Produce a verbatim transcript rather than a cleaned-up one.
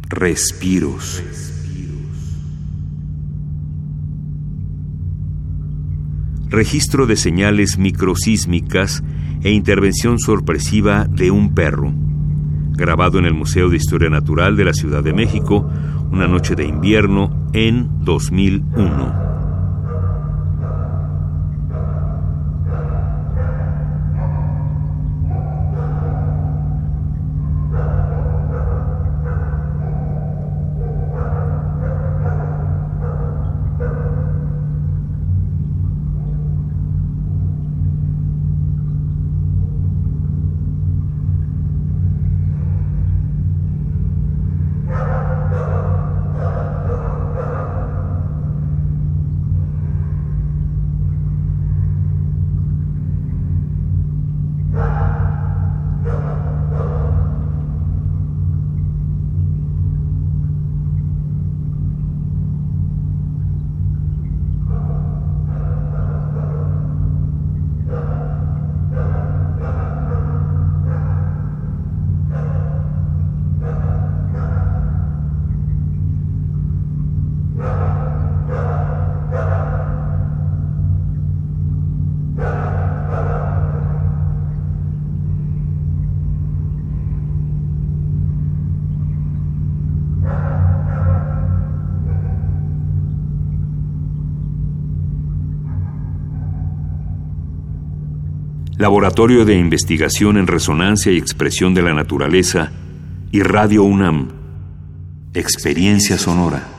Respiros. Registro de señales microsísmicas e intervención sorpresiva de un perro. Grabado en el Museo de Historia Natural de la Ciudad de México, una noche de invierno en dos mil uno. Laboratorio de Investigación en Resonancia y Expresión de la Naturaleza y Radio UNAM. Experiencia sonora.